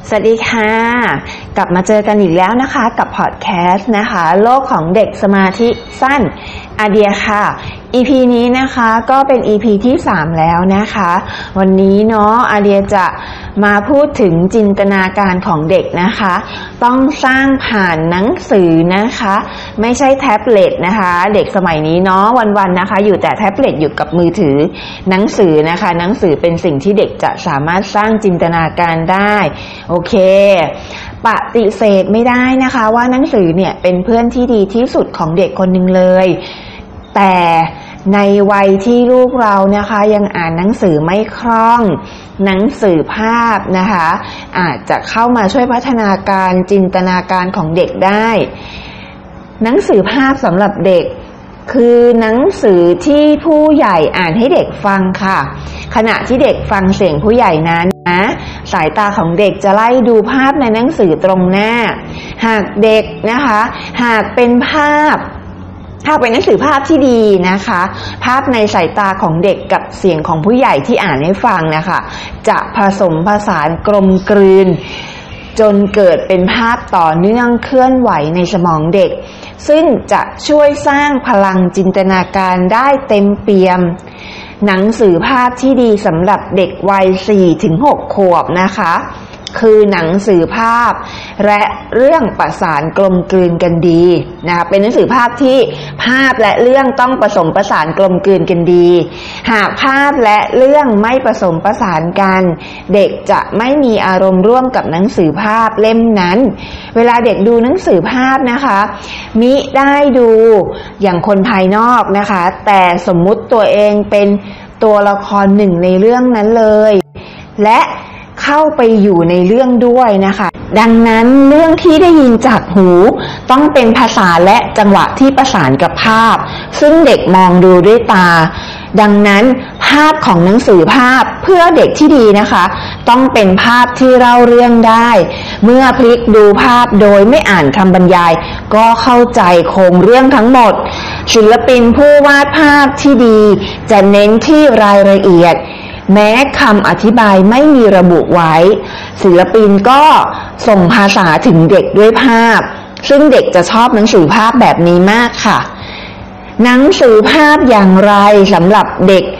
สวัสดีค่ะกลับมาเจอกันอีกแล้วนะคะกับพอดแคสต์นะคะโลกของเด็กสมาธิสั้นอาเดียค่ะ EP นี้นะคะก็เป็น EP ที่3แล้วนะคะวันนี้เนาะอาเดียจะมาพูดถึงจินตนาการของเด็กนะคะต้องสร้างผ่านหนังสือนะคะไม่ใช่แท็บเล็ตนะคะเด็กสมัยนี้เนาะวันๆนะคะอยู่แต่แท็บเล็ตอยู่กับมือถือหนังสือนะคะหนังสือเป็นสิ่งที่เด็กจะสามารถสร้างจินตนาการได้โอเคปฏิเสธไม่ได้นะคะว่าหนังสือเนี่ยเป็นเพื่อนที่ดีที่สุดของเด็กคนหนึ่งเลยแต่ในวัยที่ลูกเรานะคะยังอ่านหนังสือไม่คล่องหนังสือภาพนะคะอาจจะเข้ามาช่วยพัฒนาการจินตนาการของเด็กได้หนังสือภาพสำหรับเด็กคือหนังสือที่ผู้ใหญ่อ่านให้เด็กฟังค่ะขณะที่เด็กฟังเสียงผู้ใหญ่นั้นนะสายตาของเด็กจะไล่ดูภาพในหนังสือตรงหน้าหากเด็กนะคะหากเป็นภาพเป็นหนังสือภาพที่ดีนะคะภาพในสายตาของเด็กกับเสียงของผู้ใหญ่ที่อ่านให้ฟังนะคะจะผสมผสานกลมกลืนจนเกิดเป็นภาพต่อเนื่องเคลื่อนไหวในสมองเด็กซึ่งจะช่วยสร้างพลังจินตนาการได้เต็มเปี่ยมหนังสือภาพที่ดีสำหรับเด็กวัย 4-6 ขวบนะคะคือหนังสือภาพและเรื่องประสานกลมกลืนกันดีนะคะเป็นหนังสือภาพที่ภาพและเรื่องต้องผสมประสานกลมกลืนกันดีหากภาพและเรื่องไม่ผสมประสานกันเด็กจะไม่มีอารมณ์ร่วมกับหนังสือภาพเล่มนั้นเวลาเด็กดูหนังสือภาพนะคะมิได้ดูอย่างคนภายนอกนะคะแต่สมมุติตัวเองเป็นตัวละครหนึ่งในเรื่องนั้นเลยและเข้าไปอยู่ในเรื่องด้วยนะคะดังนั้นเรื่องที่ได้ยินจากหูต้องเป็นภาษาและจังหวะที่ประสานกับภาพซึ่งเด็กมองดูด้วยตาดังนั้นภาพของหนังสือภาพเพื่อเด็กที่ดีนะคะต้องเป็นภาพที่เล่าเรื่องได้เมื่อพลิกดูภาพโดยไม่อ่านคำบรรยายก็เข้าใจโครงเรื่องทั้งหมดศิลปินผู้วาดภาพที่ดีจะเน้นที่รายละเอียดแม้คำอธิบายไม่มีระบุไว้ศิลปินก็ส่งภาษาถึงเด็กด้วยภาพซึ่งเด็กจะชอบหนังสือภาพแบบนี้มากค่ะหนังสือภาพอย่างไรสำหรับเด็ก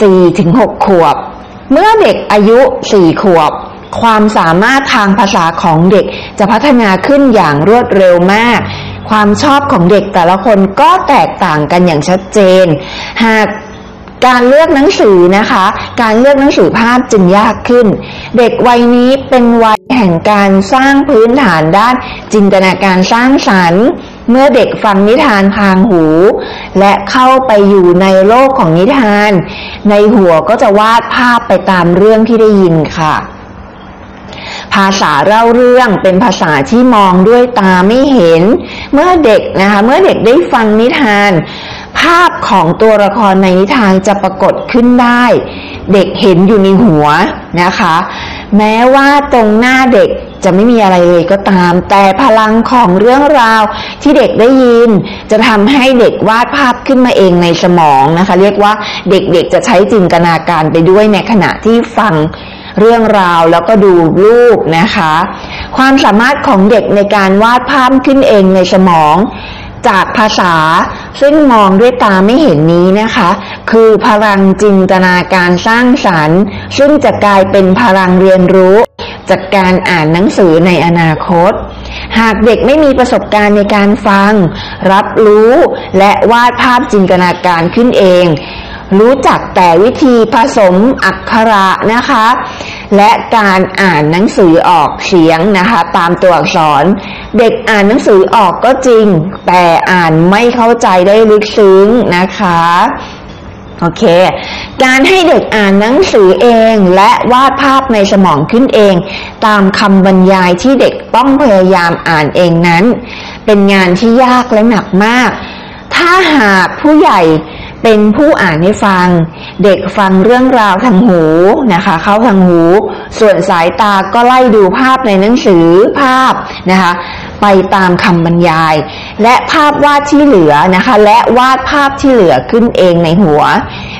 4-6 ขวบเมื่อเด็กอายุ 4 ขวบความสามารถทางภาษาของเด็กจะพัฒนาขึ้นอย่างรวดเร็วมากความชอบของเด็กแต่ละคนก็แตกต่างกันอย่างชัดเจนหากการเลือกหนังสือนะคะการเลือกหนังสือภาพจึงยากขึ้นเด็กวัยนี้เป็นวัยแห่งการสร้างพื้นฐานด้านจินตนาการสร้างสรรค์เมื่อเด็กฟังนิทานทางหูและเข้าไปอยู่ในโลกของนิทานในหัวก็จะวาดภาพไปตามเรื่องที่ได้ยินค่ะภาษาเล่าเรื่องเป็นภาษาที่มองด้วยตาไม่เห็นเมื่อเด็กได้ฟังนิทานภาพของตัวละครในนิทานจะปรากฏขึ้นได้เด็กเห็นอยู่ในหัวนะคะแม้ว่าตรงหน้าเด็กจะไม่มีอะไรเลยก็ตามแต่พลังของเรื่องราวที่เด็กได้ยินจะทำให้เด็กวาดภาพขึ้นมาเองในสมองนะคะเรียกว่าเด็กๆจะใช้จินตนาการไปด้วยในขณะที่ฟังเรื่องราวแล้วก็ดูรูปนะคะความสามารถของเด็กในการวาดภาพขึ้นเองในสมองจากภาษาซึ่งมองด้วยตาไม่เห็นนี้นะคะคือพลังจินตนาการสร้างสรรค์ซึ่งจะกลายเป็นพลังเรียนรู้จากการอ่านหนังสือในอนาคตหากเด็กไม่มีประสบการณ์ในการฟังรับรู้และวาดภาพจินตนาการขึ้นเองรู้จักแต่วิธีผสมอักขระนะคะและการอ่านหนังสือออกเสียงนะคะตามตัวอักษรเด็กอ่านหนังสือออกก็จริงแต่อ่านไม่เข้าใจได้ลึกซึ้งนะคะโอเคการให้เด็กอ่านหนังสือเองและวาดภาพในสมองขึ้นเองตามคำบรรยายที่เด็กต้องพยายามอ่านเองนั้นเป็นงานที่ยากและหนักมากถ้าหากผู้ใหญ่เป็นผู้อ่านให้ฟังเด็กฟังเรื่องราวทางหูนะคะเข้าทางหูส่วนสายตาก็ไล่ดูภาพในหนังสือภาพนะคะไปตามคำบรรยายและภาพวาดที่เหลือนะคะและวาดภาพที่เหลือขึ้นเองในหัว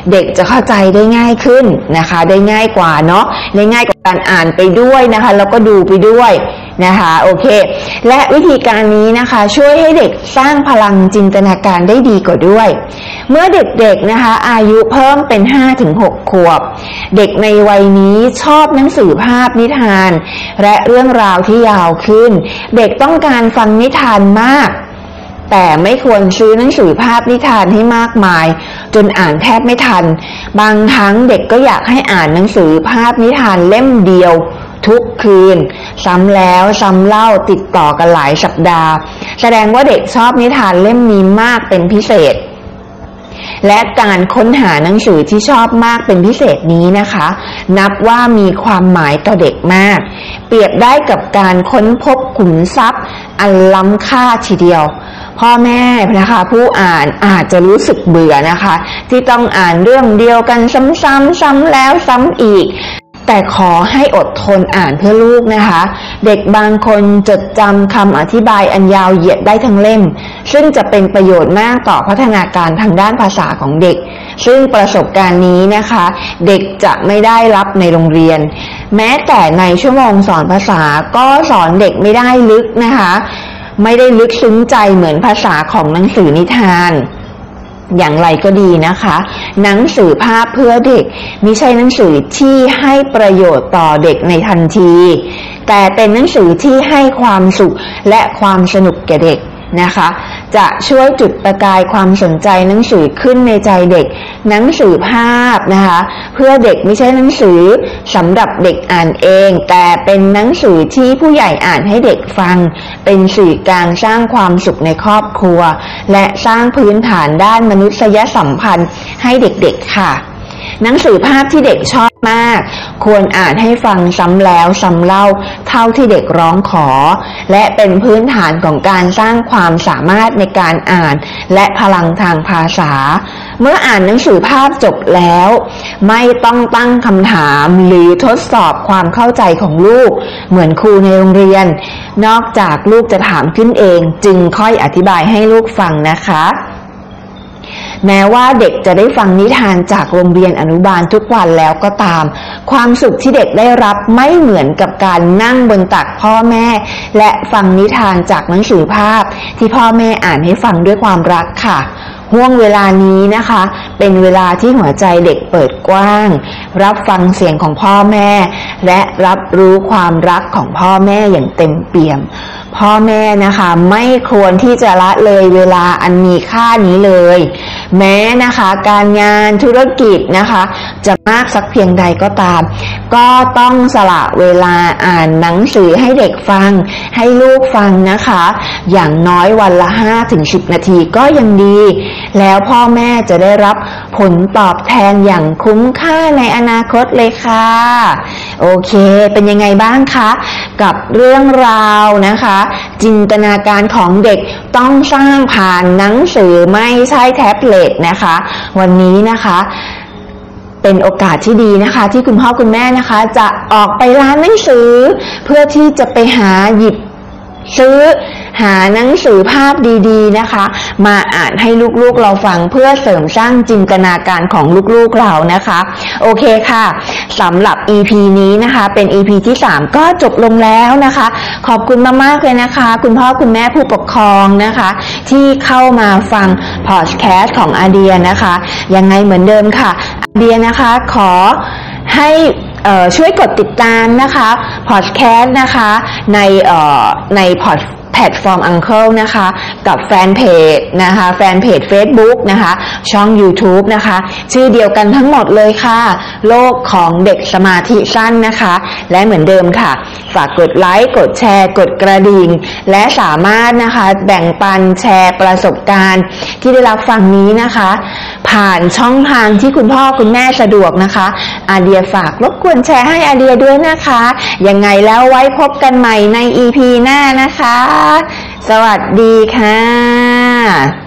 เด็กจะเข้าใจได้ง่ายขึ้นนะคะได้ง่ายกว่าเนาะได้ง่ายกว่าการอ่านไปด้วยนะคะแล้วก็ดูไปด้วยนะคะโอเคและวิธีการนี้นะคะช่วยให้เด็กสร้างพลังจินตนาการได้ดีกว่าด้วยเมื่อเด็กๆนะคะอายุเพิ่มเป็น 5-6 ขวบเด็กในวัยนี้ชอบหนังสือภาพนิทานและเรื่องราวที่ยาวขึ้นเด็กต้องการฟังนิทานมากแต่ไม่ควรซื้อหนังสือภาพนิทานให้มากมายจนอ่านแทบไม่ทันบางครั้งเด็กก็อยากให้อ่านหนังสือภาพนิทานเล่มเดียวทุกคืนซ้ำแล้วซ้ำเล่าติดต่อกันหลายสัปดาห์แสดงว่าเด็กชอบนิทานเล่มนี้มากเป็นพิเศษและการค้นหาหนังสือที่ชอบมากเป็นพิเศษนี้นะคะนับว่ามีความหมายต่อเด็กมากเปรียบได้กับการค้นพบขุมทรัพย์อันล้ำค่าทีเดียวพ่อแม่นะคะผู้อ่านอาจจะรู้สึกเบื่อนะคะที่ต้องอ่านเรื่องเดียวกันซ้ำๆซ้ำแล้วซ้ำอีกแต่ขอให้อดทนอ่านเพื่อลูกนะคะเด็กบางคนจดจำคำอธิบายอันยาวเหยียดได้ทั้งเล่มซึ่งจะเป็นประโยชน์มากต่อพัฒนาการทางด้านภาษาของเด็กซึ่งประสบการณ์นี้นะคะเด็กจะไม่ได้รับในโรงเรียนแม้แต่ในชั่วโมงสอนภาษาก็สอนเด็กไม่ได้ลึกนะคะไม่ได้ลึกซึ้งใจเหมือนภาษาของหนังสือนิทานอย่างไรก็ดีนะคะหนังสือภาพเพื่อเด็กมิใช่หนังสือที่ให้ประโยชน์ต่อเด็กในทันทีแต่เป็นหนังสือที่ให้ความสุขและความสนุกแก่เด็กนะคะจะช่วยจุดประกายความสนใจหนังสือขึ้นในใจเด็กหนังสือภาพนะคะเพื่อเด็กไม่ใช่หนังสือสำหรับเด็กอ่านเองแต่เป็นหนังสือที่ผู้ใหญ่อ่านให้เด็กฟังเป็นสื่อการสร้างความสุขในครอบครัวและสร้างพื้นฐานด้านมนุษยสัมพันธ์ให้เด็กๆค่ะหนังสือภาพที่เด็กชอบมากควรอ่านให้ฟังซ้ำแล้วซ้ำเล่าเท่าที่เด็กร้องขอและเป็นพื้นฐานของการสร้างความสามารถในการอ่านและพลังทางภาษาเมื่ออ่านหนังสือภาพจบแล้วไม่ต้องตั้งคำถามหรือทดสอบความเข้าใจของลูกเหมือนครูในโรงเรียนนอกจากลูกจะถามขึ้นเองจึงค่อยอธิบายให้ลูกฟังนะคะแม้ว่าเด็กจะได้ฟังนิทานจากโรงเรียนอนุบาลทุกวันแล้วก็ตามความสุขที่เด็กได้รับไม่เหมือนกับการนั่งบนตักพ่อแม่และฟังนิทานจากหนังสือภาพที่พ่อแม่อ่านให้ฟังด้วยความรักค่ะห่วงเวลานี้นะคะเป็นเวลาที่หัวใจเด็กเปิดกว้างรับฟังเสียงของพ่อแม่และรับรู้ความรักของพ่อแม่อย่างเต็มเปี่ยมพ่อแม่นะคะไม่ควรที่จะละเลยเวลาอันมีค่านี้เลยแม้นะคะการงานธุรกิจนะคะจะมากสักเพียงใดก็ตามก็ต้องสละเวลาอ่านหนังสือให้เด็กฟังให้ลูกฟังนะคะอย่างน้อยวันละ 5-10 นาทีก็ยังดีแล้วพ่อแม่จะได้รับผลตอบแทนอย่างคุ้มค่าในอนาคตเลยค่ะโอเคเป็นยังไงบ้างคะกับเรื่องราวนะคะจินตนาการของเด็กต้องสร้างผ่านหนังสือไม่ใช่แท็บเล็ตนะคะวันนี้นะคะเป็นโอกาสที่ดีนะคะที่คุณพ่อคุณแม่นะคะจะออกไปร้านหนังสือเพื่อที่จะไปหยิบซื้อหาหนังสือภาพดีๆนะคะมาอ่านให้ลูกๆเราฟังเพื่อเสริมสร้างจินตนาการของลูกๆเรานะคะโอเคค่ะสำหรับ EP นี้นะคะเป็น EP ที่3ก็จบลงแล้วนะคะขอบคุณมากๆเลยนะคะคุณพ่อคุณแม่ผู้ปกครองนะคะที่เข้ามาฟังพอดแคสต์ของอาเดียนะคะยังไงเหมือนเดิมค่ะอาเดียนะคะขอให้ช่วยกดติดตามนะคะพอดแคสต์นะคะในแพลตฟอร์ม Uncle นะคะกับแฟนเพจนะคะแฟนเพจ Facebook นะคะช่อง YouTube นะคะชื่อเดียวกันทั้งหมดเลยค่ะโลกของเด็กสมาธิสั้นนะคะและเหมือนเดิมค่ะฝากกดไลค์กดแชร์กดกระดิ่งและสามารถนะคะแบ่งปันแชร์ประสบการณ์ที่ได้รับฟังนี้นะคะผ่านช่องทางที่คุณพ่อคุณแม่สะดวกนะคะอาเดียฝากรบกวนแชร์ให้อาเดียด้วยนะคะยังไงแล้วไว้พบกันใหม่ใน EP หน้านะคะสวัสดีค่ะ